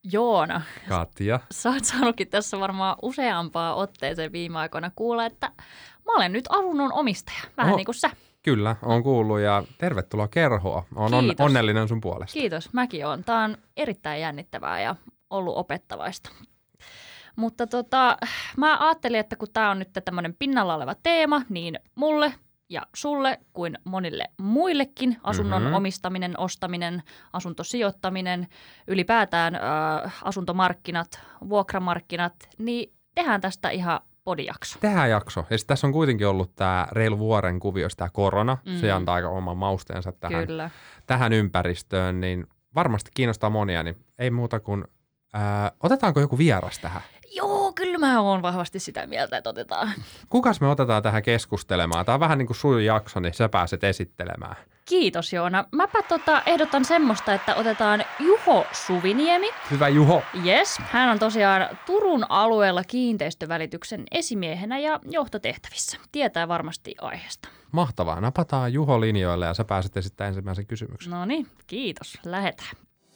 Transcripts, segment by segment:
Joona, Katja. sä oot saanutkin tässä varmaan useampaa otteeseen viime aikoina kuulla, että mä olen nyt asunnon omistaja, vähän niin kuin sä. Kyllä, on kuullut ja tervetuloa kerhoon. Olen onnellinen sun puolesta. Kiitos, mäkin oon. Tää on erittäin jännittävää ja ollut opettavaista. Mutta mä ajattelin, että kun tää on nyt tämmöinen pinnalla oleva teema, niin mulle ja sulle kuin monille muillekin asunnon omistaminen, ostaminen, asuntosijoittaminen, ylipäätään asuntomarkkinat, vuokramarkkinat, niin tehdään tästä ihan podijakso. Tehdään jakso. Ja tässä on kuitenkin ollut tämä reilu vuoden kuviossa tämä korona. Se antaa aika oman mausteensa tähän ympäristöön, niin varmasti kiinnostaa monia, niin ei muuta kuin otetaanko joku vieras tähän? Joo, kyllä mä oon vahvasti sitä mieltä, että otetaan. Kukas me otetaan tähän keskustelemaan? Tämä on vähän niin kuin sun jakso, niin sä pääset esittelemään. Kiitos Joona. Mäpä ehdotan semmoista, että otetaan Juho Suviniemi. Hyvä Juho. Yes, hän on tosiaan Turun alueella kiinteistövälityksen esimiehenä ja johtotehtävissä. Tietää varmasti aiheesta. Mahtavaa. Napataan Juho linjoille ja sä pääset esittämään ensimmäisen kysymyksen. No niin, kiitos. Lähetään.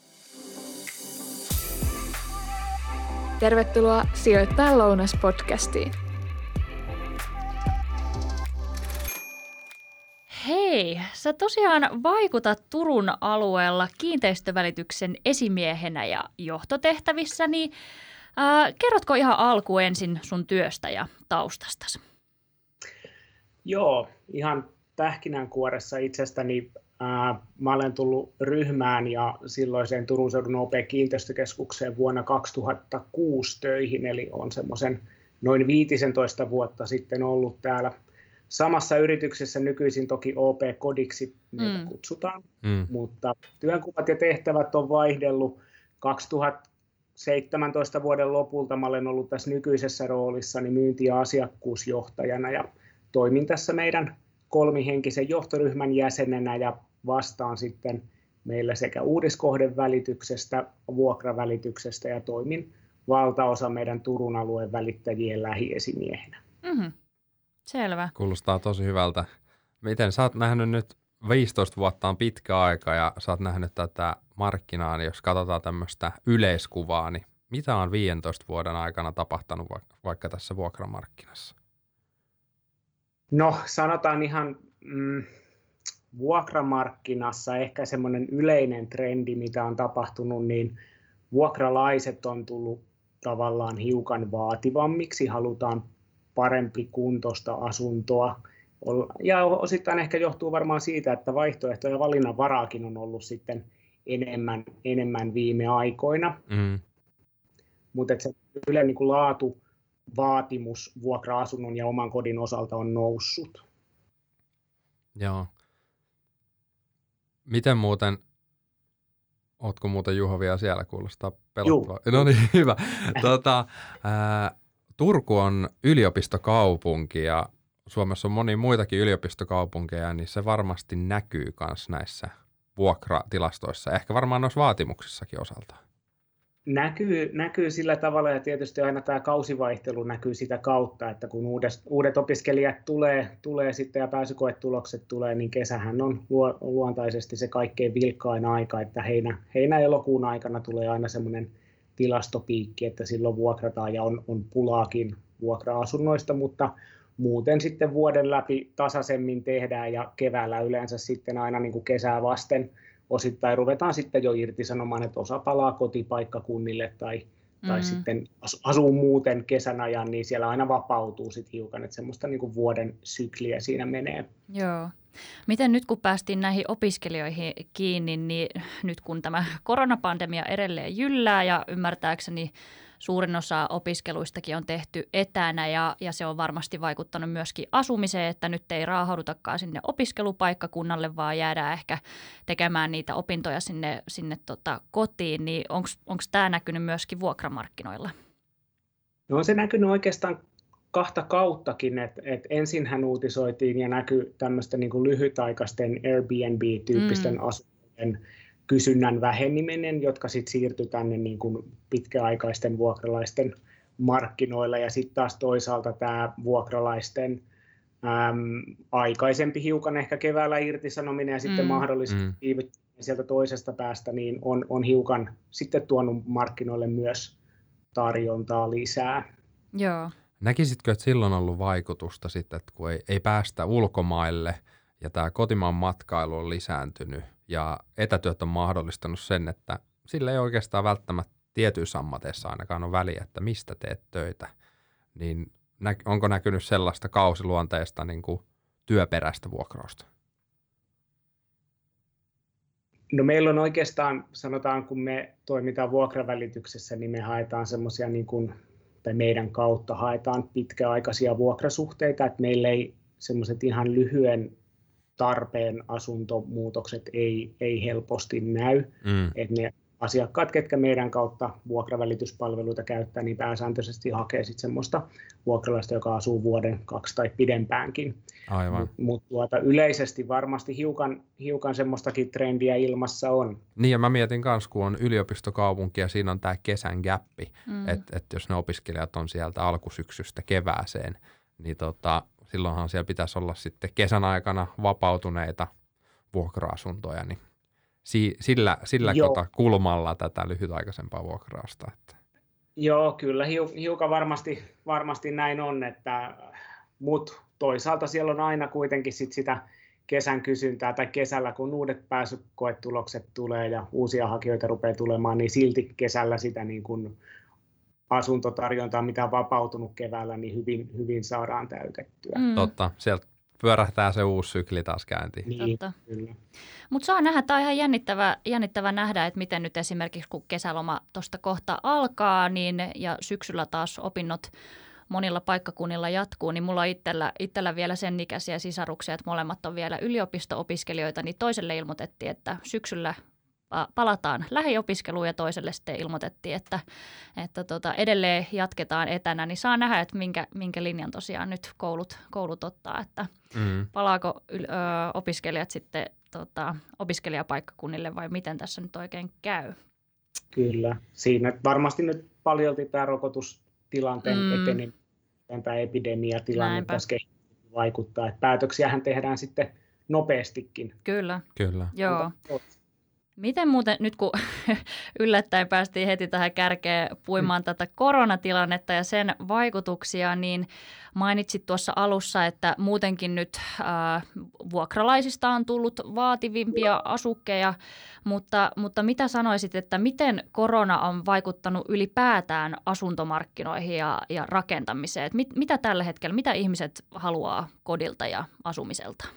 Tervetuloa Sijoittajan lounas-podcastiin. Hei, sä tosiaan vaikutat Turun alueella kiinteistövälityksen esimiehenä ja johtotehtävissä, niin kerrotko ihan alkuun ensin sun työstä ja taustastasi? Joo, ihan pähkinänkuoressa itsestäni. Mä olen tullut ryhmään ja silloiseen Turun seudun OP-kiinteistökeskukseen vuonna 2006 töihin, eli on semmoisen noin 15 vuotta sitten ollut täällä samassa yrityksessä, nykyisin toki OP-kodiksi niitä kutsutaan, mutta työnkuvat ja tehtävät on vaihdellut. 2017 vuoden lopulta mä olen ollut tässä nykyisessä roolissani myynti- ja asiakkuusjohtajana ja toimin tässä meidän kolmihenkisen johtoryhmän jäsenenä ja vastaan sitten meillä sekä uudiskohdevälityksestä, vuokravälityksestä ja toimin valtaosa meidän Turun alueen välittäjien lähiesimiehenä. Selvä. Kuulostaa tosi hyvältä. Miten sä oot nähnyt nyt 15 vuotta on pitkä aika ja sä oot nähnyt tätä markkinaa, niin jos katsotaan tämmöistä yleiskuvaa, niin mitä on 15 vuoden aikana tapahtunut vaikka tässä vuokramarkkinassa? No sanotaan ihan vuokramarkkinassa ehkä semmoinen yleinen trendi, mitä on tapahtunut, niin vuokralaiset on tullut tavallaan hiukan vaativammiksi, halutaan parempi kuntoista asuntoa. Ja osittain ehkä johtuu varmaan siitä, että vaihtoehtoja ja valinnanvaraakin on ollut sitten enemmän viime aikoina. Mutta se yleinen niin kuin laatuvaatimus vuokra-asunnon ja oman kodin osalta on noussut. Joo. Miten muuten, ootko muuten Juho vielä siellä, kuulostaa pelottavaa? No niin, hyvä. Turku on yliopistokaupunki ja Suomessa on monia muitakin yliopistokaupunkeja, niin se varmasti näkyy myös näissä vuokratilastoissa, ehkä varmaan noissa vaatimuksissakin osaltaan. Näkyy sillä tavalla ja tietysti aina tämä kausivaihtelu näkyy sitä kautta, että kun uudet opiskelijat tulee sitten ja pääsykoetulokset tulee, niin kesähän on luontaisesti se kaikkein vilkkain aika, että heinä-elokuun aikana tulee aina semmoinen tilastopiikki, että silloin vuokrataan ja on pulaakin vuokra-asunnoista, mutta muuten sitten vuoden läpi tasaisemmin tehdään ja keväällä yleensä sitten aina niin kuin kesää vasten osittain ruvetaan sitten jo irtisanomaan, että osa palaa kotipaikkakunnille tai sitten asuu muuten kesän ajan, niin siellä aina vapautuu sitten hiukan, että semmoista niin kuin vuoden sykliä siinä menee. Joo. Miten nyt kun päästiin näihin opiskelijoihin kiinni, niin nyt kun tämä koronapandemia edelleen jyllää ja ymmärtääkseni suurin osa opiskeluistakin on tehty etänä ja se on varmasti vaikuttanut myöskin asumiseen, että nyt ei raahaudutakaan sinne opiskelupaikkakunnalle, vaan jäädään ehkä tekemään niitä opintoja sinne kotiin, niin onko tämä näkynyt myöskin vuokramarkkinoilla? No on se näkynyt oikeastaan kahta kauttakin, että ensinhän uutisoitiin ja näkyi tämmöistä niin kuin lyhytaikaisten Airbnb-tyyppisten asuntojen kysynnän väheneminen, jotka sitten siirtyi tänne niin kuin pitkäaikaisten vuokralaisten markkinoilla ja sitten taas toisaalta tämä vuokralaisten aikaisempi hiukan ehkä keväällä irtisanominen ja sitten mahdollisesti sieltä toisesta päästä niin on hiukan sitten tuonut markkinoille myös tarjontaa lisää. Joo. Näkisitkö, että silloin on ollut vaikutusta sitten, että kun ei päästä ulkomaille ja tämä kotimaan matkailu on lisääntynyt ja etätyöt on mahdollistanut sen, että sillä ei oikeastaan välttämättä tietyissä ammateissa ainakaan ole väliä, että mistä teet töitä, niin onko näkynyt sellaista kausiluonteista niin kuin työperäistä vuokrausta? No meillä on oikeastaan, sanotaan kun me toimitaan vuokravälityksessä, niin me haetaan semmoisia niin kuin, tai meidän kautta haetaan pitkäaikaisia vuokrasuhteita, että meillä ei semmoiset ihan lyhyen tarpeen asuntomuutokset ei helposti näy, että ne asiakkaat, ketkä meidän kautta vuokravälityspalveluita käyttää, niin pääsääntöisesti hakee sitten semmoista vuokralaista, joka asuu vuoden, 2 tai pidempäänkin. Aivan. Mutta yleisesti varmasti hiukan semmoistakin trendiä ilmassa on. Niin ja mä mietin myös, kun on yliopistokaupunki ja siinä on tämä kesän gäppi, että jos ne opiskelijat on sieltä alkusyksystä kevääseen, niin silloinhan siellä pitäisi olla sitten kesän aikana vapautuneita vuokra-asuntoja, niin sillä kulmalla tätä lyhytaikaisempaa vuokrausta. Että. Joo, kyllä hiukan varmasti näin on, mutta toisaalta siellä on aina kuitenkin sitä kesän kysyntää tai kesällä, kun uudet pääsykoetulokset tulee ja uusia hakijoita rupeaa tulemaan, niin silti kesällä sitä niin kuin asuntotarjontaa, mitä on vapautunut keväällä, niin hyvin saadaan täytettyä. Totta, sieltä pyörähtää se uusi sykli taas käyntiin. Niin, mutta saa nähdä, tämä on ihan jännittävä nähdä, että miten nyt esimerkiksi kun kesäloma tuosta kohta alkaa niin, ja syksyllä taas opinnot monilla paikkakunnilla jatkuu, niin mulla on itsellä vielä sen ikäisiä sisaruksia, että molemmat on vielä yliopisto-opiskelijoita, niin toiselle ilmoitettiin, että syksyllä palataan lähiopiskeluun ja toiselle sitten ilmoitettiin, että edelleen jatketaan etänä, niin saa nähdä, että minkä linjan tosiaan nyt koulut ottaa, että palaako opiskelijat sitten opiskelijapaikkakunnille vai miten tässä nyt oikein käy? Kyllä, siinä varmasti nyt paljolti tämä rokotustilanteen eteneminen tai epidemiatilanne tässä vaikuttaa, että päätöksiähän tehdään sitten nopeastikin. Kyllä. Joo. Miten muuten, nyt kun yllättäen päästiin heti tähän kärkeen puimaan tätä koronatilannetta ja sen vaikutuksia, niin mainitsit tuossa alussa, että muutenkin nyt vuokralaisista on tullut vaativimpia asukkeja, mutta mitä sanoisit, että miten korona on vaikuttanut ylipäätään asuntomarkkinoihin ja rakentamiseen? Mitä tällä hetkellä, mitä ihmiset haluaa kodilta ja asumiselta?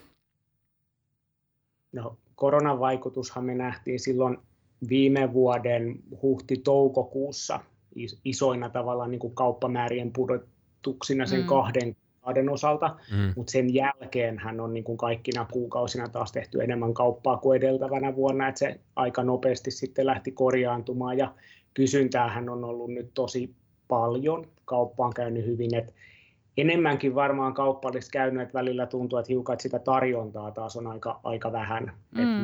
No, koronan vaikutushan me nähtiin silloin viime vuoden huhti-toukokuussa isoina tavallaan niin kuin kauppamäärien pudotuksina sen kahden osalta, mutta sen jälkeen hän on niin kuin kaikkina kuukausina taas tehty enemmän kauppaa kuin edeltävänä vuonna, että se aika nopeasti sitten lähti korjaantumaan ja kysyntäähän on ollut nyt tosi paljon, kauppa on käynyt hyvin, että enemmänkin varmaan kauppa olisi käynyt, että välillä tuntuu, että hiukan sitä tarjontaa taas on aika vähän.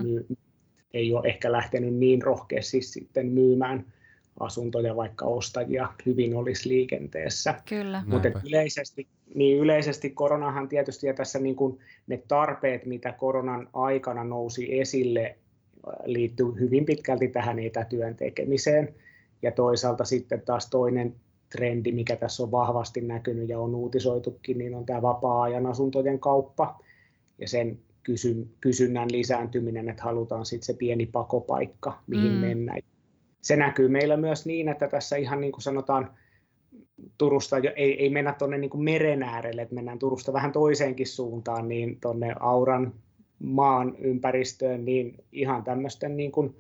Ei ole ehkä lähtenyt niin rohkeasti sitten myymään asuntoja, vaikka ostajia hyvin olisi liikenteessä. Kyllä. Mutta yleisesti koronahan tietysti ja tässä niin kuin ne tarpeet, mitä koronan aikana nousi esille, liittyy hyvin pitkälti tähän etätyön tekemiseen. Ja toisaalta sitten taas toinen trendi, mikä tässä on vahvasti näkynyt ja on uutisoitukin, niin on tämä vapaa-ajan asuntojen kauppa ja sen kysynnän lisääntyminen, että halutaan sitten se pieni pakopaikka, mihin mennään. Se näkyy meillä myös niin, että tässä ihan niin kuin sanotaan Turusta, ei mennä tuonne niin kuin meren äärelle, että mennään Turusta vähän toiseenkin suuntaan, niin tuonne Auran maan ympäristöön, niin ihan tämmöisten niin kuin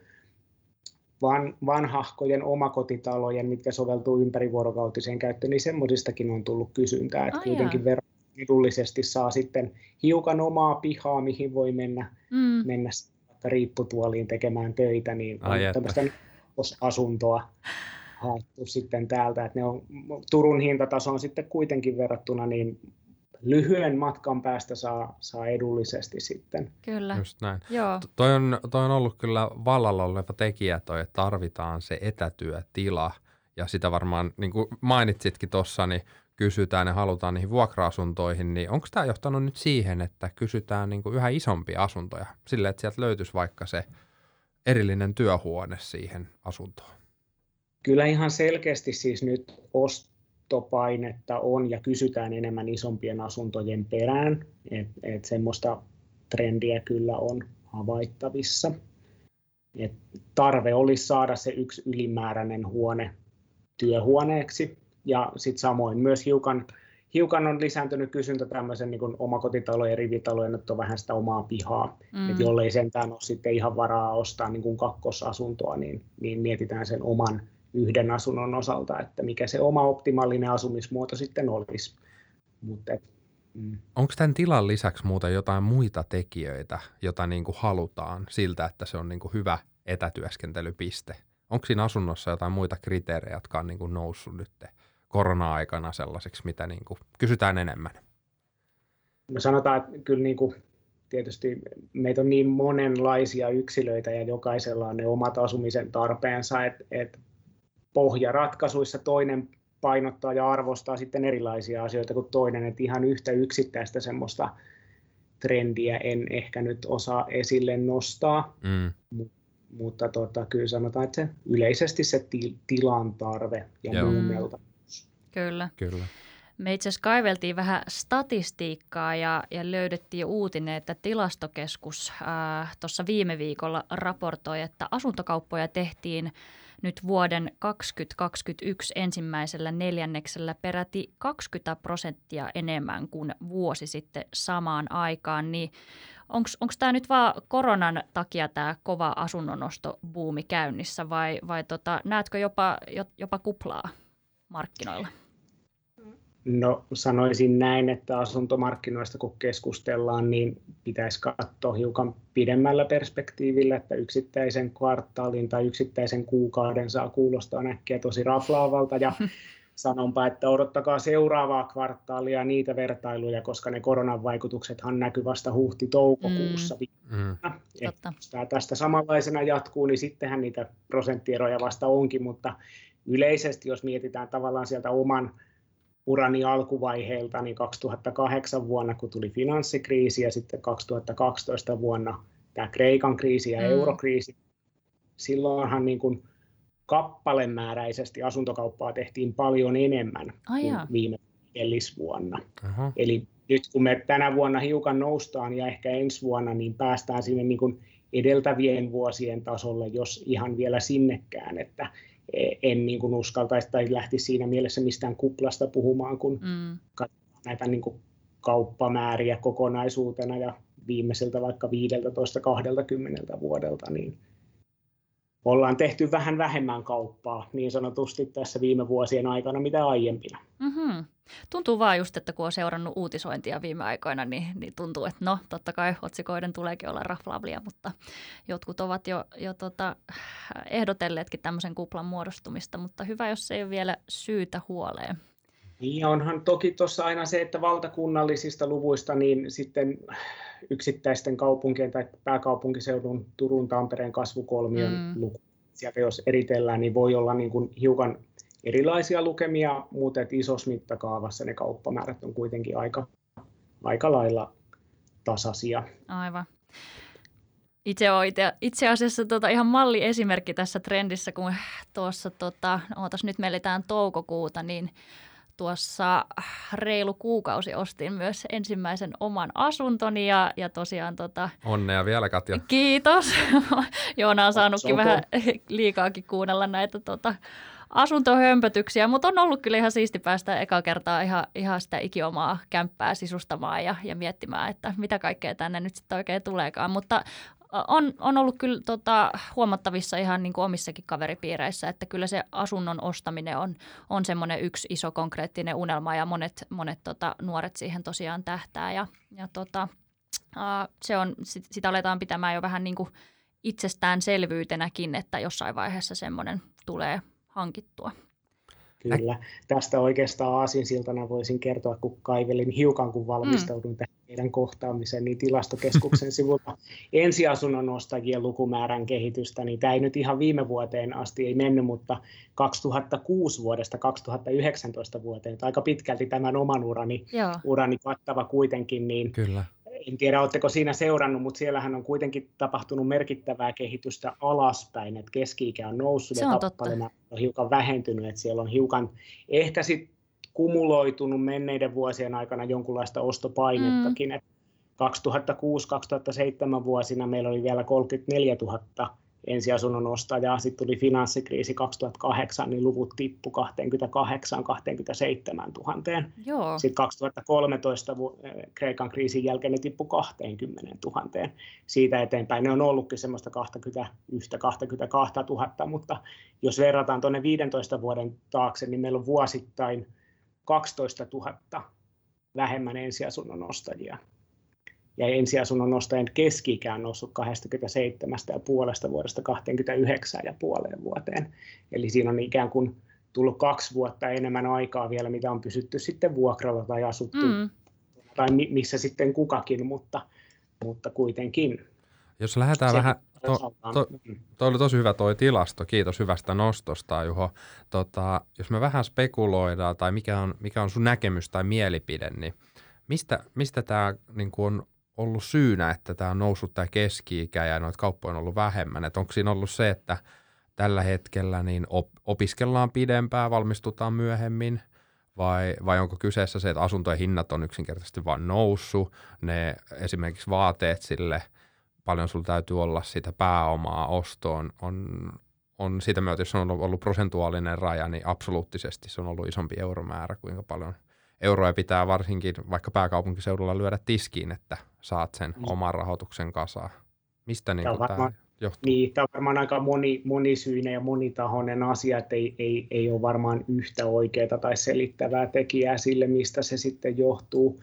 vanhahkojen omakotitalojen, mitkä soveltuu ympärivuorokautiseen käyttöön, niin semmoisistakin on tullut kysyntää, että kuitenkin edullisesti saa sitten hiukan omaa pihaa, mihin voi mennä riipputuoliin tekemään töitä, niin on tämmöistä asuntoa haettu sitten täältä, että ne on, Turun hintataso on sitten kuitenkin verrattuna niin lyhyen matkan päästä saa edullisesti sitten. Kyllä. Just näin. Joo. Toi on ollut kyllä vallalla oleva tekijä että tarvitaan se etätyötila ja sitä varmaan, niin kuin mainitsitkin tuossa, niin kysytään ja halutaan niihin vuokra-asuntoihin, niin onko tämä johtanut nyt siihen, että kysytään niin kuin yhä isompia asuntoja? Silleen, että sieltä löytyisi vaikka se erillinen työhuone siihen asuntoon? Kyllä ihan selkeästi siis nyt ostopainetta on ja kysytään enemmän isompien asuntojen perään, että semmoista trendiä kyllä on havaittavissa. Et tarve olisi saada se yksi ylimääräinen huone työhuoneeksi ja sitten samoin myös hiukan on lisääntynyt kysyntä tämmöisen niin kuin omakotitalojen ja rivitalojen, että on vähän sitä omaa pihaa. Et jollei sentään ole sitten ihan varaa ostaa niin kuin kakkosasuntoa, niin mietitään sen oman yhden asunnon osalta, että mikä se oma optimaalinen asumismuoto sitten olisi. Onko tämän tilan lisäksi muuten jotain muita tekijöitä, jota niin kuin halutaan siltä, että se on niin kuin hyvä etätyöskentelypiste? Onko siinä asunnossa jotain muita kriteerejä, jotka on niin kuin noussut nyt korona-aikana sellaisiksi, mitä niin kuin kysytään enemmän? Me sanotaan, että kyllä niin kuin tietysti meitä on niin monenlaisia yksilöitä ja jokaisella on ne omat asumisen tarpeensa, että pohjaratkaisuissa toinen painottaa ja arvostaa sitten erilaisia asioita kuin toinen, että ihan yhtä yksittäistä semmoista trendiä en ehkä nyt osaa esille nostaa, mutta kyllä sanotaan, että se yleisesti se tilan tarve ja muunnelta. Kyllä. Me itse asiassa kaiveltiin vähän statistiikkaa ja löydettiin uutinen, että Tilastokeskus tuossa viime viikolla raportoi, että asuntokauppoja tehtiin nyt vuoden 2021 ensimmäisellä neljänneksellä peräti 20% enemmän kuin vuosi sitten samaan aikaan. Niin onko tämä nyt vaan koronan takia tämä kova asunnonostobuumi käynnissä vai näetkö jopa kuplaa markkinoilla? No sanoisin näin, että asuntomarkkinoista kun keskustellaan, niin pitäisi katsoa hiukan pidemmällä perspektiivillä, että yksittäisen kvartaalin tai yksittäisen kuukauden saa kuulostaa äkkiä tosi raflaavalta ja sanonpa, että odottakaa seuraavaa kvartaalia niitä vertailuja, koska ne koronan vaikutuksethan näkyy vasta huhti-toukokuussa. Jos tämä tästä samanlaisena jatkuu, niin sittenhän niitä prosenttieroja vasta onkin, mutta yleisesti jos mietitään tavallaan sieltä oman urani alkuvaiheelta, niin 2008 vuonna, kun tuli finanssikriisi ja sitten 2012 vuonna tämä Kreikan kriisi ja eurokriisi, silloinhan niin kuin kappalemääräisesti asuntokauppaa tehtiin paljon enemmän kuin viime edellisvuonna. Eli nyt kun me tänä vuonna hiukan noustaan ja ehkä ensi vuonna, niin päästään sinne niin kuin edeltävien vuosien tasolle, jos ihan vielä sinnekään, että en niin kuin uskaltaisi tai lähtisi siinä mielessä mistään kuplasta puhumaan, kun katsotaan näitä niin kuin kauppamääriä kokonaisuutena ja viimeiseltä vaikka 15-20 vuodelta, niin ollaan tehty vähän vähemmän kauppaa niin sanotusti tässä viime vuosien aikana mitä aiempina. Tuntuu vaan just, että kun on seurannut uutisointia viime aikoina, niin tuntuu, että no totta kai otsikoiden tuleekin olla raflaavia, mutta jotkut ovat jo ehdotelleetkin tämmöisen kuplan muodostumista, mutta hyvä, jos se ei ole vielä syytä huoleen. Niin onhan toki tuossa aina se, että valtakunnallisista luvuista niin sitten yksittäisten kaupunkien tai pääkaupunkiseudun Turun, Tampereen kasvukolmion luku, sieltä jos eritellään, niin voi olla niin kuin hiukan erilaisia lukemia, mutta isossa mittakaavassa ne kauppamäärät on kuitenkin aika lailla tasaisia. Aivan. Itse asiassa ihan malliesimerkki tässä trendissä, kun tuossa, nyt me eletään toukokuuta, niin tuossa reilu kuukausi ostin myös ensimmäisen oman asuntoni ja tosiaan Onnea vielä, Katja. Kiitos. Joona on saanutkin vähän liikaakin kuunnella näitä asuntohömpötyksiä, mutta on ollut kyllä ihan siisti päästä eka kertaa ihan sitä ikiomaa kämppää sisustamaan ja miettimään, että mitä kaikkea tänne nyt sitten oikein tuleekaan, mutta on ollut kyllä huomattavissa ihan niin kuin omissakin kaveripiireissä, että kyllä se asunnon ostaminen on semmoinen yksi iso konkreettinen unelma ja monet nuoret siihen tosiaan tähtää ja sitä aletaan pitämään jo vähän niin kuin itsestäänselvyytenäkin, että jossain vaiheessa semmoinen tulee hankittua. Kyllä. Tästä oikeastaan aasinsiltana voisin kertoa, kun kaivelin hiukan, kun valmistauduin tähän meidän kohtaamiseen, niin Tilastokeskuksen sivulta ensiasunnon ostajien lukumäärän kehitystä, niin tämä ei nyt ihan viime vuoteen asti ei mennyt, mutta 2006 vuodesta 2019 vuoteen, aika pitkälti tämän oman urani kattava kuitenkin, niin Kyllä. En tiedä, oletteko siinä seurannut, mutta siellähän on kuitenkin tapahtunut merkittävää kehitystä alaspäin, että keski-ikä on noussut ja tappalemäärä on hiukan vähentynyt, että siellä on hiukan ehkä sitten kumuloitunut menneiden vuosien aikana jonkunlaista ostopainettakin. 2006-2007 vuosina meillä oli vielä 34 000 ensiasunnon ostajaa, sitten tuli finanssikriisi 2008, niin luvut tippui 28-27 000. Joo. Sitten 2013 Kreikan kriisin jälkeen ne tippui 20 000. Siitä eteenpäin ne on ollutkin semmoista 21-22 000, mutta jos verrataan tuonne 15 vuoden taakse, niin meillä on vuosittain 12 000 vähemmän ensiasunnon ostajia. Ja ensiasunnon ostajien keski-ikä on noussut 27,5 vuodesta 29,5 vuoteen. Eli siinä on ikään kuin tullut 2 vuotta enemmän aikaa vielä, mitä on pysytty sitten vuokralla tai asuttu, tai missä sitten kukakin, mutta kuitenkin. Jos lähdetään vähän, toi oli tosi hyvä toi tilasto, kiitos hyvästä nostosta, Juho. Jos me vähän spekuloidaan, tai mikä on sun näkemys tai mielipide, niin mistä tämä niin kuin on ollut syynä, että tämä on noussut tämä keski-ikä ja noita kauppoja on ollut vähemmän? Et onko siinä ollut se, että tällä hetkellä niin opiskellaan pidempään, valmistutaan myöhemmin, vai onko kyseessä se, että asuntojen hinnat on yksinkertaisesti vaan noussut, ne esimerkiksi vaateet sille, paljon sulla täytyy olla sitä pääomaa ostoon, on sitä myötä, jos on ollut prosentuaalinen raja, niin absoluuttisesti se on ollut isompi euromäärä, kuinka paljon euroja pitää varsinkin vaikka pääkaupunkiseudulla lyödä tiskiin, että saat sen oman rahoituksen kasaan. Mistä tämä johtuu? Niin, tämä on varmaan aika monisyinen ja monitahoinen asia, että ei ole varmaan yhtä oikeaa tai selittävää tekijää sille, mistä se sitten johtuu.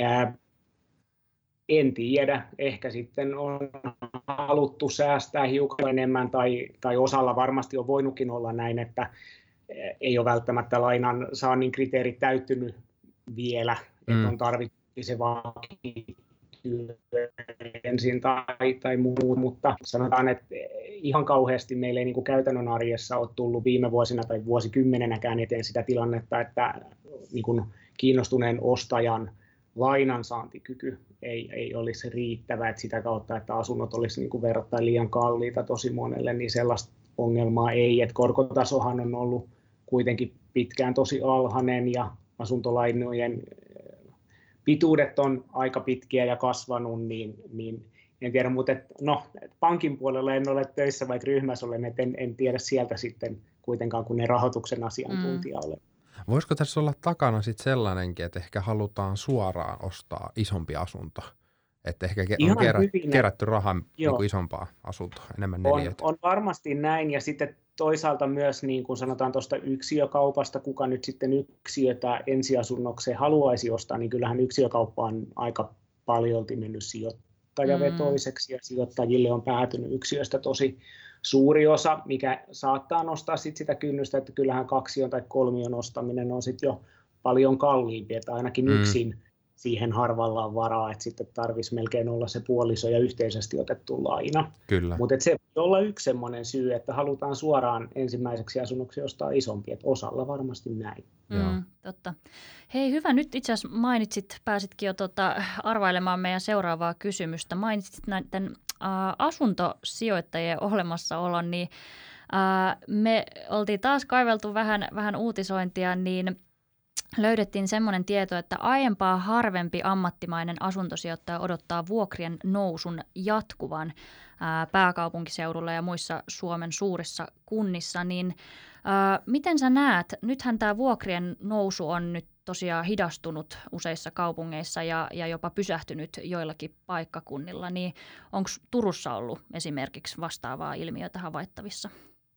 En tiedä, ehkä sitten on haluttu säästää hiukan enemmän tai osalla varmasti on voinutkin olla näin, että ei ole välttämättä lainan saannin kriteerit täyttynyt vielä, että on tarvittu se vakityö ensin tai muu, mutta sanotaan, että ihan kauheasti meillä ei niin kuin käytännön arjessa ole tullut viime vuosina tai vuosikymmenenäkään eteen sitä tilannetta, että niin kuin kiinnostuneen ostajan lainansaantikyky ei olisi riittävä, että sitä kautta, että asunnot olisi niin kuin verrattain liian kalliita tosi monelle, niin sellaista ongelmaa ei, että korkotasohan on ollut kuitenkin pitkään tosi alhainen ja asuntolainojen pituudet on aika pitkiä ja kasvanut, niin en tiedä, mutta pankin puolella en ole töissä, vaikka ryhmässä olen, että en tiedä sieltä sitten kuitenkaan, kun ne rahoituksen asiantuntija ole. Voisiko tässä olla takana sitten sellainenkin, että ehkä halutaan suoraan ostaa isompi asunto? Että ehkä on kerätty rahaa niin isompaa asuntoa, enemmän neliöitä. On varmasti näin, ja sitten toisaalta myös, niin kuin sanotaan tuosta yksiökaupasta, kuka nyt sitten yksiötä ensiasunnokseen haluaisi ostaa, niin kyllähän yksiökauppa on aika paljolti mennyt sijoittajavetoiseksi, ja sijoittajille on päätynyt yksiöstä tosi suuri osa, mikä saattaa nostaa sit sitä kynnystä, että kyllähän 2 tai 3 ostaminen on sitten jo paljon kalliimpi, että ainakin yksin siihen harvalla on varaa, että sitten tarvitsisi melkein olla se puoliso ja yhteisesti otettu laina. Mutta se voi olla yksi semmoinen syy, että halutaan suoraan ensimmäiseksi asunnoksi ostaa isompi, että osalla varmasti näin. Totta. Hei, hyvä. Nyt itse asiassa pääsitkin jo arvailemaan meidän seuraavaa kysymystä. Mainitsit tämän asuntosijoittajien olemassaolon, niin me oltiin taas kaiveltu vähän uutisointia, niin löydettiin semmoinen tieto, että aiempaa harvempi ammattimainen asuntosijoittaja odottaa vuokrien nousun jatkuvan pääkaupunkiseudulla ja muissa Suomen suurissa kunnissa. Niin miten sä näet, nythän tämä vuokrien nousu on nyt tosiaan hidastunut useissa kaupungeissa ja jopa pysähtynyt joillakin paikkakunnilla, niin onko Turussa ollut esimerkiksi vastaavaa ilmiötä havaittavissa?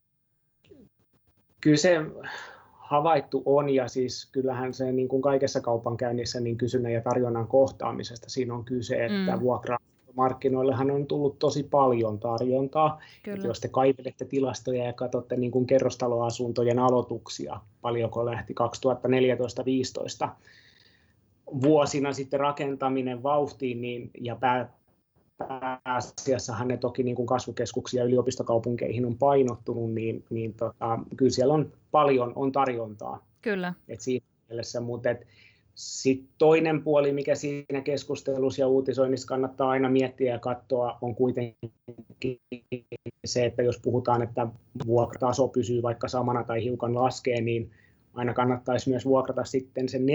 Kyllä se havaittu on, ja siis kyllähän se niin kuin kaikessa kaupankäynnissä niin kysynnän ja tarjonnan kohtaamisesta siinä on kyse, että vuokramarkkinoillehan on tullut tosi paljon tarjontaa. Jos te kaivelette tilastoja ja katsotte niin kuin kerrostaloasuntojen aloituksia, paljonko lähti 2014-2015 vuosina sitten rakentaminen vauhtiin, ja pääasiassahan ne toki niin kuin kasvukeskuksia ja yliopistokaupunkeihin on painottunut, niin kyllä siellä on paljon tarjontaa. Kyllä. Siinä mielessä, mutta Sitten toinen puoli, mikä siinä keskustelussa ja uutisoinnissa kannattaa aina miettiä ja katsoa, on kuitenkin se, että jos puhutaan, että vuokrataso pysyy vaikka samana tai hiukan laskee, niin aina kannattaisi myös vuokrata sitten sen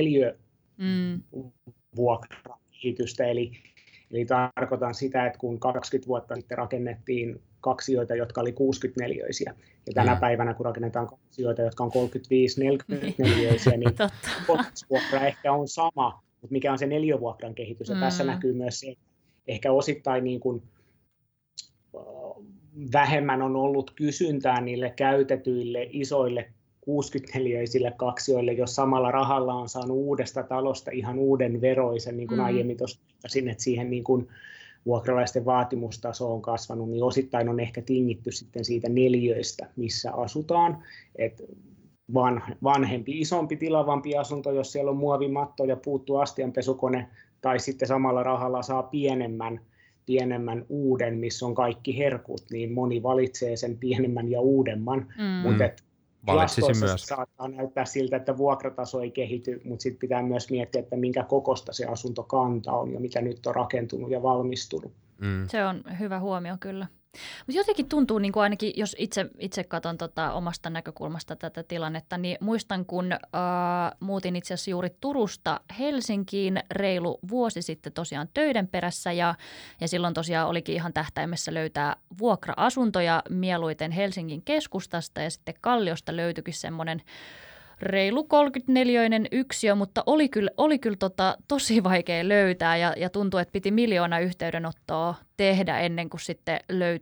neliövuokrakehitystä. Eli tarkoitan sitä, että kun 20 vuotta sitten rakennettiin kaksioita, jotka oli 60-neliöisiä, ja tänä päivänä, kun rakennetaan kaksioita, jotka on 35-40-neliöisiä, niin vuokra ehkä on sama, mutta mikä on se neliövuokran kehitys. Ja tässä näkyy myös se, että ehkä osittain niin kuin vähemmän on ollut kysyntää niille käytetyille isoille 60-neliöisille kaksioille, jos samalla rahalla on saanut uudesta talosta ihan uuden veroisen, niin kuin aiemmin tuossa että siihen niin kuin vuokralaisten vaatimustaso on kasvanut, niin osittain on ehkä tingitty sitten siitä neliöistä, missä asutaan. Et vanhempi, isompi, tilavampi asunto, jos siellä on muovimatto ja puuttuu astianpesukone, tai sitten samalla rahalla saa pienemmän uuden, missä on kaikki herkut, niin moni valitsee sen pienemmän ja uudemman. Mutta tilastoissa myös saattaa näyttää siltä, että vuokrataso ei kehity, mutta sitten pitää myös miettiä, että minkä kokosta se asuntokanta on ja mitä nyt on rakentunut ja valmistunut. Se on hyvä huomio kyllä. Mutta jotenkin tuntuu, niin kuin ainakin jos itse katson omasta näkökulmasta tätä tilannetta, niin muistan, kun muutin itse asiassa juuri Turusta Helsinkiin reilu vuosi sitten tosiaan töiden perässä ja silloin tosiaan olikin ihan tähtäimessä löytää vuokra-asuntoja mieluiten Helsingin keskustasta ja sitten Kalliosta löytyikin semmoinen reilu 34-neliöinen yksiö, mutta oli kyllä tosi vaikea löytää ja tuntui, että piti 1 miljoona yhteydenottoa tehdä ennen kuin sitten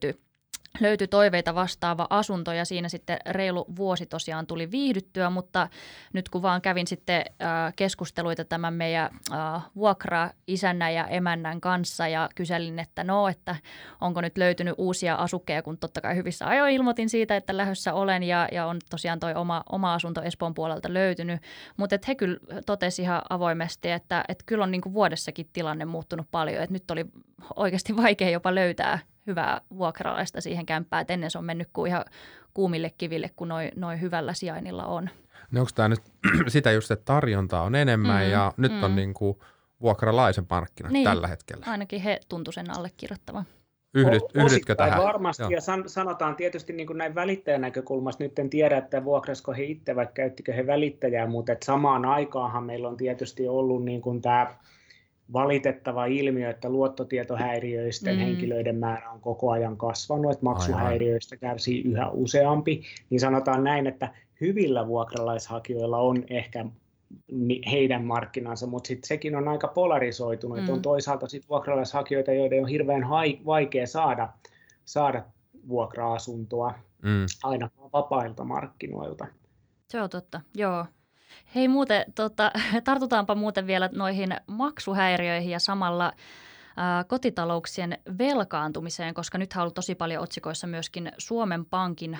löytyi toiveita vastaava asunto ja siinä sitten reilu vuosi tosiaan tuli viihdyttyä, mutta nyt kun vaan kävin sitten keskusteluita tämän meidän vuokra-isännän ja emännän kanssa ja kyselin, että onko nyt löytynyt uusia asukkeja, kun totta kai hyvissä ajoin ilmoitin siitä, että lähdössä olen ja on tosiaan toi oma asunto Espoon puolelta löytynyt, mutta he kyllä totesi ihan avoimesti, että kyllä on niin kuin vuodessakin tilanne muuttunut paljon, että nyt oli oikeasti vaikea jopa löytää hyvää vuokralaista siihen kämppään, että ennen se on mennyt kuin ihan kuumille kiville, kun noin hyvällä sijainnilla on. No onko tämä nyt sitä just, että tarjontaa on enemmän ja nyt on niin kuin vuokralaisen markkinat tällä hetkellä? Ainakin he tuntuu sen allekirjoittavan. Yhdytkö tähän? Varmasti, ja sanotaan tietysti niin kuin näin välittäjän näkökulmasta, nyt en tiedä, että vuokrasiko he itse vai käyttikö he välittäjää, mutta että samaan aikaanhan meillä on tietysti ollut niin kuin tämä valitettava ilmiö, että luottotietohäiriöisten henkilöiden määrä on koko ajan kasvanut, että maksuhäiriöistä kärsii yhä useampi, niin sanotaan näin, että hyvillä vuokralaishakijoilla on ehkä heidän markkinansa, mutta sitten sekin on aika polarisoitunut, että on toisaalta sit vuokralaishakijoita, joiden on hirveän vaikea saada vuokra-asuntoa ainakaan vapailta markkinoilta. Se on totta, joo. Hei muuten, tartutaanpa muuten vielä noihin maksuhäiriöihin ja samalla kotitalouksien velkaantumiseen, koska nyt on ollut tosi paljon otsikoissa myöskin Suomen Pankin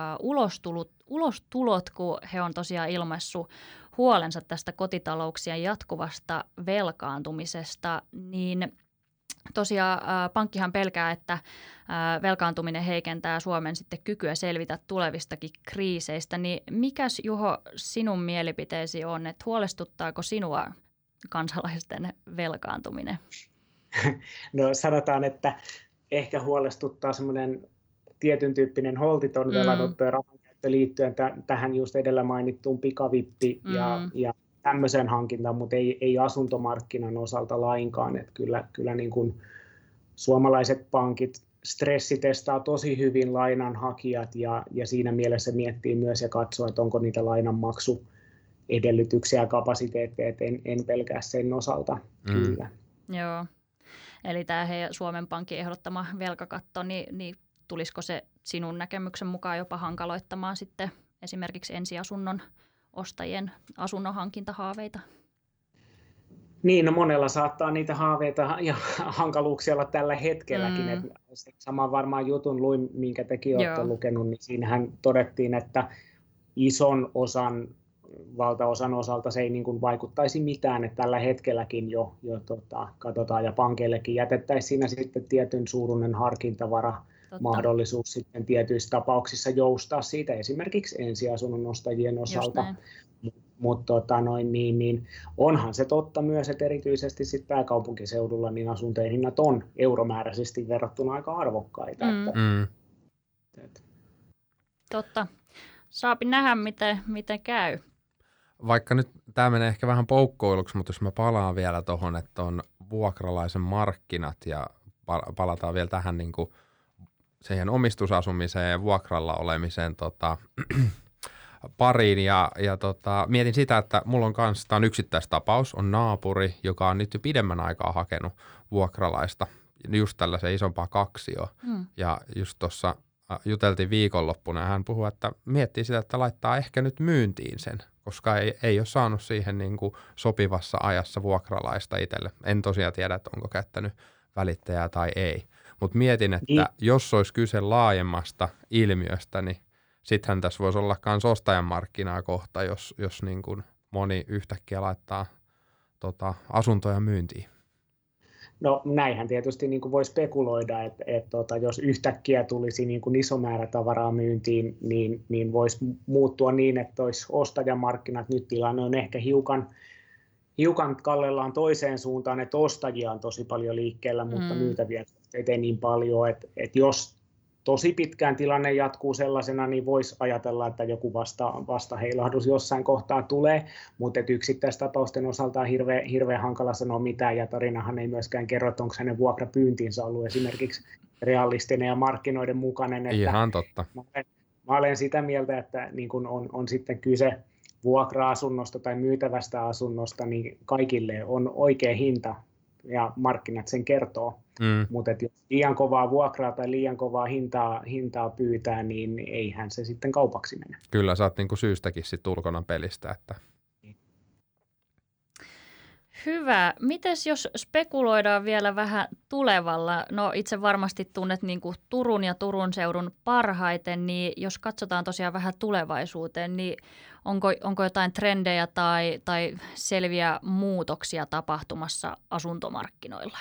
ulostulot, kun he on tosiaan ilmaissut huolensa tästä kotitalouksien jatkuvasta velkaantumisesta, niin tosiaan pankkihan pelkää, että velkaantuminen heikentää Suomen sitten kykyä selvitä tulevistakin kriiseistä. Niin mikäs, Juho, sinun mielipiteesi on, että huolestuttaako sinua kansalaisten velkaantuminen? No sanotaan, että ehkä huolestuttaa semmoinen tietyn tyyppinen holtiton velanotto ja rahankäyttö liittyen tähän just edellä mainittuun pikavippi ja tämmöiseen hankintaan, mutta ei asuntomarkkinan osalta lainkaan. Että kyllä niin kuin suomalaiset pankit stressitestaa tosi hyvin lainanhakijat ja siinä mielessä miettii myös ja katsoo, että onko niitä lainanmaksuedellytyksiä ja kapasiteetteja, että en pelkää sen osalta kyllä. Joo, eli tämä Suomen Pankin ehdottama velkakatto, niin tulisiko se sinun näkemyksen mukaan jopa hankaloittamaan sitten esimerkiksi ensiasunnon ostajien asunnonhankintahaaveita? Niin, no monella saattaa niitä haaveita ja hankaluuksia olla tällä hetkelläkin. Että saman varmaan jutun luin, minkä tekin olette lukenut, niin siinähän todettiin, että valtaosan osalta se ei niin kuin vaikuttaisi mitään, että tällä hetkelläkin jo katsotaan ja pankeillekin jätettäisiin siinä sitten tietyn suuruinen harkintavara, mahdollisuus sitten tietyissä tapauksissa joustaa siitä esimerkiksi ensiasunnon ostajien osalta. Mutta niin onhan se totta myös, että erityisesti sit pääkaupunkiseudulla niin asuntojen hinnat on euromääräisesti verrattuna aika arvokkaita. Totta. Saapi nähdä, miten käy. Vaikka nyt tämä menee ehkä vähän poukkoiluksi, mutta jos mä palaan vielä tuohon, että on vuokralaisen markkinat ja palataan vielä tähän niin kuin siihen omistusasumiseen ja vuokralla olemiseen pariin ja mietin sitä, että mulla on kanssa, tämä on yksittäistapaus, on naapuri, joka on nyt jo pidemmän aikaa hakenut vuokralaista, just tällaisen isompaa kaksioa. Ja just tuossa juteltiin viikonloppuna ja hän puhui, että miettii sitä, että laittaa ehkä nyt myyntiin sen, koska ei ole saanut siihen niin kuin sopivassa ajassa vuokralaista itselle. En tosiaan tiedä, että onko käyttänyt välittäjää tai ei. Mutta mietin, että jos olisi kyse laajemmasta ilmiöstä, niin sittenhän tässä voisi olla myös ostajan markkinaa kohta, jos niin kuin moni yhtäkkiä laittaa asuntoja myyntiin. No näinhän tietysti niin kuin voi spekuloida, että jos yhtäkkiä tulisi niin kuin iso määrä tavaraa myyntiin, niin voisi muuttua niin, että olisi ostajamarkkinat. Nyt tilanne on ehkä hiukan kallellaan toiseen suuntaan, että ostajia on tosi paljon liikkeellä, mutta myytäviä ei niin paljon, että jos tosi pitkään tilanne jatkuu sellaisena, niin voisi ajatella, että joku vastaheilahdus jossain kohtaa tulee, mutta yksittäistapausten osalta on hirveän hankala sanoa mitään, ja tarinahan ei myöskään kerro, että onko hänen vuokrapyyntinsä ollut esimerkiksi realistinen ja markkinoiden mukainen. Että ihan totta. Mä olen sitä mieltä, että niin kun on sitten kyse vuokra-asunnosta tai myytävästä asunnosta, niin kaikille on oikea hinta, ja markkinat sen kertoo. Mutta jos liian kovaa vuokraa tai liian kovaa hintaa pyytää, niin eihän se sitten kaupaksi mene. Kyllä, sä oot niinku syystäkin sit ulkona pelistä. Että... Hyvä. Mites jos spekuloidaan vielä vähän tulevalla? No itse varmasti tunnet niinku Turun ja Turun seudun parhaiten, niin jos katsotaan tosiaan vähän tulevaisuuteen, niin onko jotain trendejä tai selviä muutoksia tapahtumassa asuntomarkkinoilla?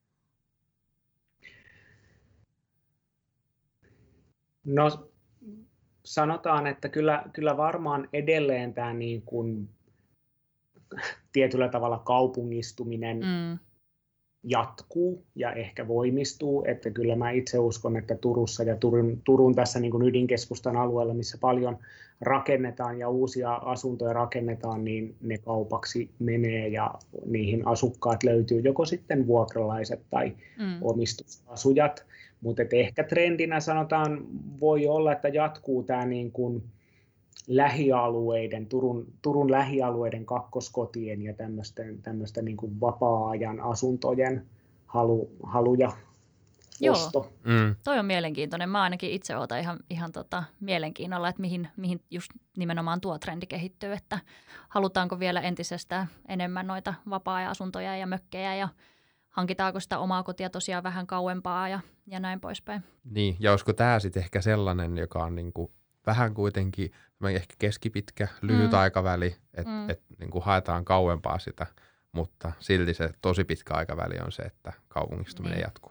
No sanotaan, että kyllä varmaan edelleen tämä niin kuin tietyllä tavalla kaupungistuminen jatkuu ja ehkä voimistuu, että kyllä mä itse uskon, että Turussa ja Turun tässä niin kuin ydinkeskustan alueella, missä paljon rakennetaan ja uusia asuntoja rakennetaan, niin ne kaupaksi menee ja niihin asukkaat löytyy joko sitten vuokralaiset tai omistusasujat, mutta ehkä trendinä sanotaan voi olla, että jatkuu tämä niin kuin lähialueiden, Turun lähialueiden kakkoskotien ja tämmöistä niin kuin vapaa-ajan asuntojen halu ja osto. Toi on mielenkiintoinen. Mä ainakin itse ootan ihan mielenkiinnolla, että mihin just nimenomaan tuo trendi kehittyy, että halutaanko vielä entisestään enemmän noita vapaa-ajan asuntoja ja mökkejä ja hankitaanko sitä omaa kotia tosiaan vähän kauempaa ja näin poispäin. Niin, ja olisiko tämä sitten ehkä sellainen, joka on niinku vähän kuitenkin ehkä keskipitkä, lyhyt aikaväli, että niinku haetaan kauempaa sitä, mutta silti se tosi pitkä aikaväli on se, että kaupungistuminen jatkuu.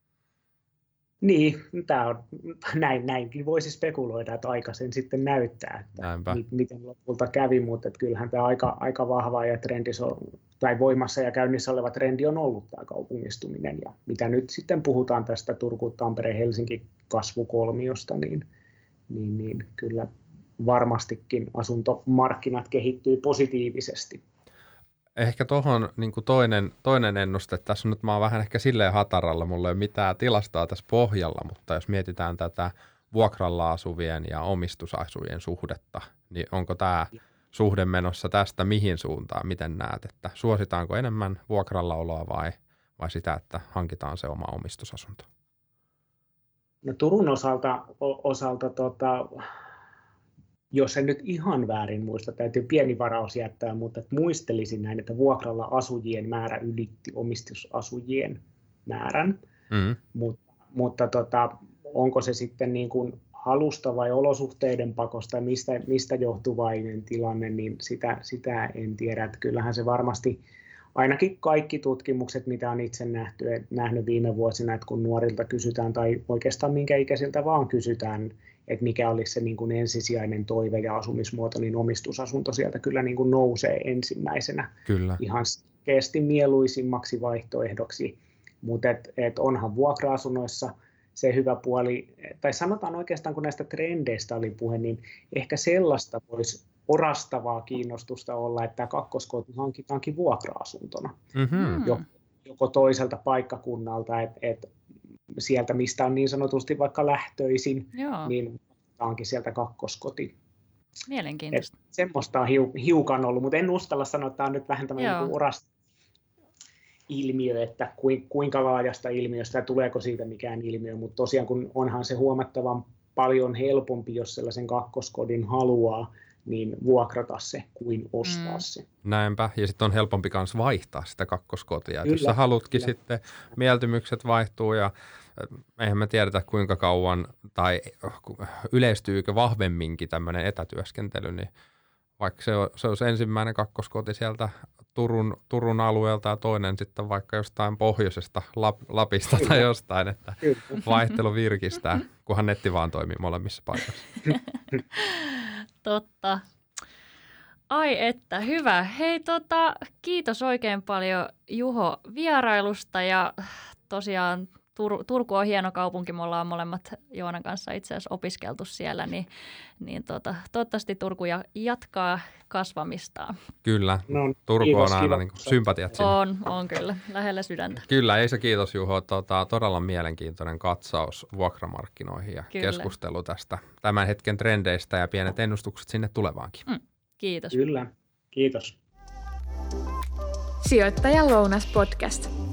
Niin, tämä on, näinkin voisi spekuloida, että aika sen sitten näyttää, että miten lopulta kävi, mutta että kyllähän tämä aika vahva ja tai voimassa ja käynnissä oleva trendi on ollut tämä kaupungistuminen. Ja mitä nyt sitten puhutaan tästä Turku, Tampere, Helsinki kasvukolmiosta, niin kyllä varmastikin asuntomarkkinat kehittyy positiivisesti. Ehkä tuohon niin toinen ennuste, tässä nyt mä oon vähän ehkä silleen hataralla, mulla ei ole mitään tilastoa tässä pohjalla, mutta jos mietitään tätä vuokralla asuvien ja omistusasujien suhdetta, niin onko tämä suhde menossa tästä mihin suuntaan, miten näet, että suositaanko enemmän vuokrallaoloa vai sitä, että hankitaan se oma omistusasunto? No Turun osalta jos en nyt ihan väärin muista, täytyy pieni varaus jättää, mutta muistelisin näin, että vuokralla asujien määrä ylitti omistusasujien määrän, mutta onko se sitten niin kuin halusta vai olosuhteiden pakosta, mistä johtuvainen tilanne, niin sitä en tiedä. Että kyllähän se varmasti, ainakin kaikki tutkimukset, mitä on itse nähnyt viime vuosina, että kun nuorilta kysytään tai oikeastaan minkä ikäisiltä vaan kysytään että mikä olisi se niin kuin ensisijainen toive ja asumismuoto, niin omistusasunto sieltä kyllä niin kuin nousee ensimmäisenä Kyllä. ihan selkeästi mieluisimmaksi vaihtoehdoksi, mutta onhan vuokra-asunnoissa se hyvä puoli, tai sanotaan oikeastaan kun näistä trendeistä oli puhe, niin ehkä sellaista voisi orastavaa kiinnostusta olla, että tämä kakkoskoti hankitaankin vuokra-asuntona. Joko toiselta paikkakunnalta, että sieltä, mistä on niin sanotusti vaikka lähtöisin, niin onkin sieltä kakkoskoti. Mielenkiintoista. Semmoista on hiukan ollut, mutta en uskalla sanoa, että tämä on nyt vähän tämmöinen orastava ilmiö, että kuinka laajasta ilmiöstä ja tuleeko siitä mikään ilmiö, mutta tosiaan kun onhan se huomattavan paljon helpompi, jos sellaisen kakkoskodin haluaa, niin vuokrata se kuin ostaa se. Näinpä, ja sitten on helpompi myös vaihtaa sitä kakkoskotia. Jos sä halutkin sitten, mieltymykset vaihtuu ja eihän me tiedetä kuinka kauan tai yleistyykö vahvemminkin tämmöinen etätyöskentely, niin vaikka se olisi ensimmäinen kakkoskoti sieltä Turun alueelta ja toinen sitten vaikka jostain pohjoisesta Lapista tai jostain, että vaihtelu virkistää, kunhan netti vaan toimii molemmissa paikoissa. Totta. Ai että, hyvä. Hei kiitos oikein paljon Juho vierailusta ja tosiaan Turku on hieno kaupunki, me ollaan molemmat Joonan kanssa itse asiassa opiskeltu siellä, niin toivottavasti Turku jatkaa kasvamistaan. Kyllä, Turku on aina niin sympatiat sinne. On kyllä, lähellä sydäntä. Kyllä, ei se kiitos Juho, todella mielenkiintoinen katsaus vuokramarkkinoihin ja keskustelu tästä tämän hetken trendeistä ja pienet ennustukset sinne tulevaankin. Kiitos. Kyllä, kiitos. Sijoittajan lounas podcast.